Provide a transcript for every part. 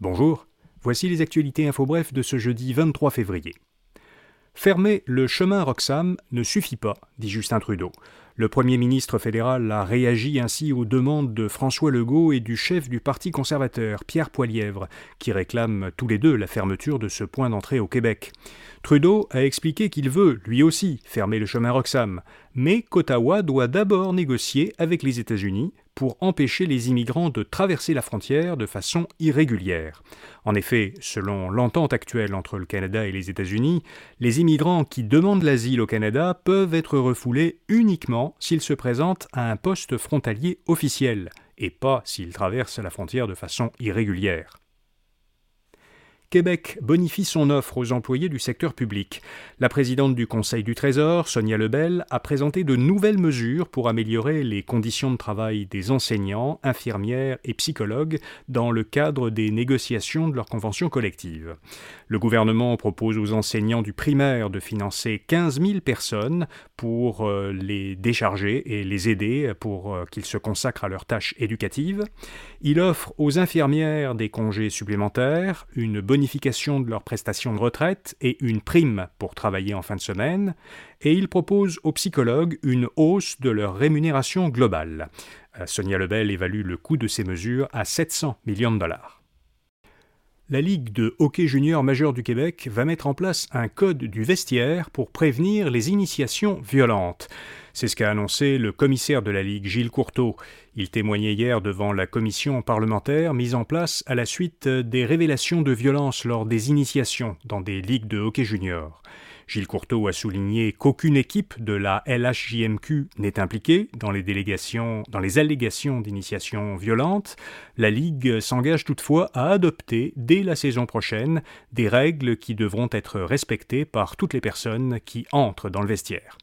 Bonjour, voici les actualités InfoBref de ce jeudi 23 février. Fermer le chemin Roxham ne suffit pas, dit Justin Trudeau. Le Premier ministre fédéral a réagi ainsi aux demandes de François Legault et du chef du Parti conservateur, Pierre Poilievre, qui réclament tous les deux la fermeture de ce point d'entrée au Québec. Trudeau a expliqué qu'il veut, lui aussi, fermer le chemin Roxham, mais qu'Ottawa doit d'abord négocier avec les États-Unis pour empêcher les immigrants de traverser la frontière de façon irrégulière. En effet, selon l'entente actuelle entre le Canada et les États-Unis, les immigrants qui demandent l'asile au Canada peuvent être refoulés uniquement s'ils se présentent à un poste frontalier officiel, et pas s'ils traversent la frontière de façon irrégulière. Québec bonifie son offre aux employés du secteur public. La présidente du Conseil du Trésor, Sonia Lebel, a présenté de nouvelles mesures pour améliorer les conditions de travail des enseignants, infirmières et psychologues dans le cadre des négociations de leur convention collective. Le gouvernement propose aux enseignants du primaire de financer 15 000 personnes pour les décharger et les aider pour qu'ils se consacrent à leurs tâches éducatives. Il offre aux infirmières des congés supplémentaires, une bonification de leurs prestations de retraite et une prime pour travailler en fin de semaine, et il propose aux psychologues une hausse de leur rémunération globale. Sonia Lebel évalue le coût de ces mesures à 700 millions de dollars. La Ligue de hockey junior majeur du Québec va mettre en place un code du vestiaire pour prévenir les initiations violentes. C'est ce qu'a annoncé le commissaire de la Ligue, Gilles Courteau. Il témoignait hier devant la commission parlementaire mise en place à la suite des révélations de violences lors des initiations dans des ligues de hockey junior. Gilles Courteau a souligné qu'aucune équipe de la LHJMQ n'est impliquée dans les allégations d'initiation violente. La Ligue s'engage toutefois à adopter, dès la saison prochaine, des règles qui devront être respectées par toutes les personnes qui entrent dans le vestiaire.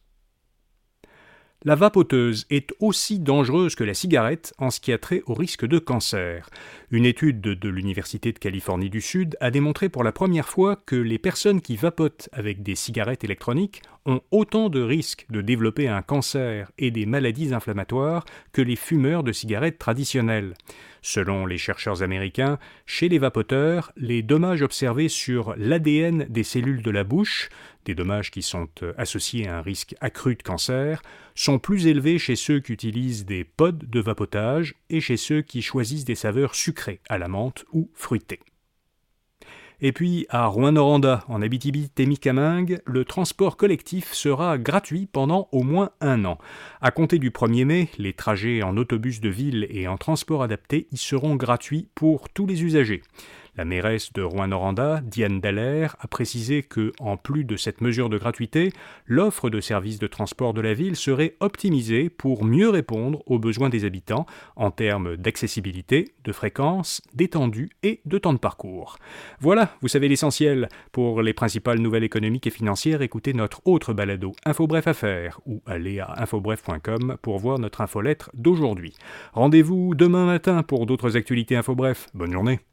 La vapoteuse est aussi dangereuse que la cigarette en ce qui a trait au risque de cancer. Une étude de l'Université de Californie du Sud a démontré pour la première fois que les personnes qui vapotent avec des cigarettes électroniques ont autant de risques de développer un cancer et des maladies inflammatoires que les fumeurs de cigarettes traditionnelles. Selon les chercheurs américains, chez les vapoteurs, les dommages observés sur l'ADN des cellules de la bouche, des dommages qui sont associés à un risque accru de cancer, sont plus élevés chez ceux qui utilisent des pods de vapotage et chez ceux qui choisissent des saveurs sucrées à la menthe ou fruitées. Et puis, à Rouyn-Noranda, en Abitibi-Témiscamingue, le transport collectif sera gratuit pendant au moins 1 an. À compter du 1er mai, les trajets en autobus de ville et en transport adapté y seront gratuits pour tous les usagers. La mairesse de Rouyn-Noranda, Diane Dallaire, a précisé que, en plus de cette mesure de gratuité, l'offre de services de transport de la ville serait optimisée pour mieux répondre aux besoins des habitants en termes d'accessibilité, de fréquence, d'étendue et de temps de parcours. Voilà, vous savez l'essentiel. Pour les principales nouvelles économiques et financières, écoutez notre autre balado InfoBref Affaires ou allez à infobref.com pour voir notre infolettre d'aujourd'hui. Rendez-vous demain matin pour d'autres actualités InfoBref. Bonne journée.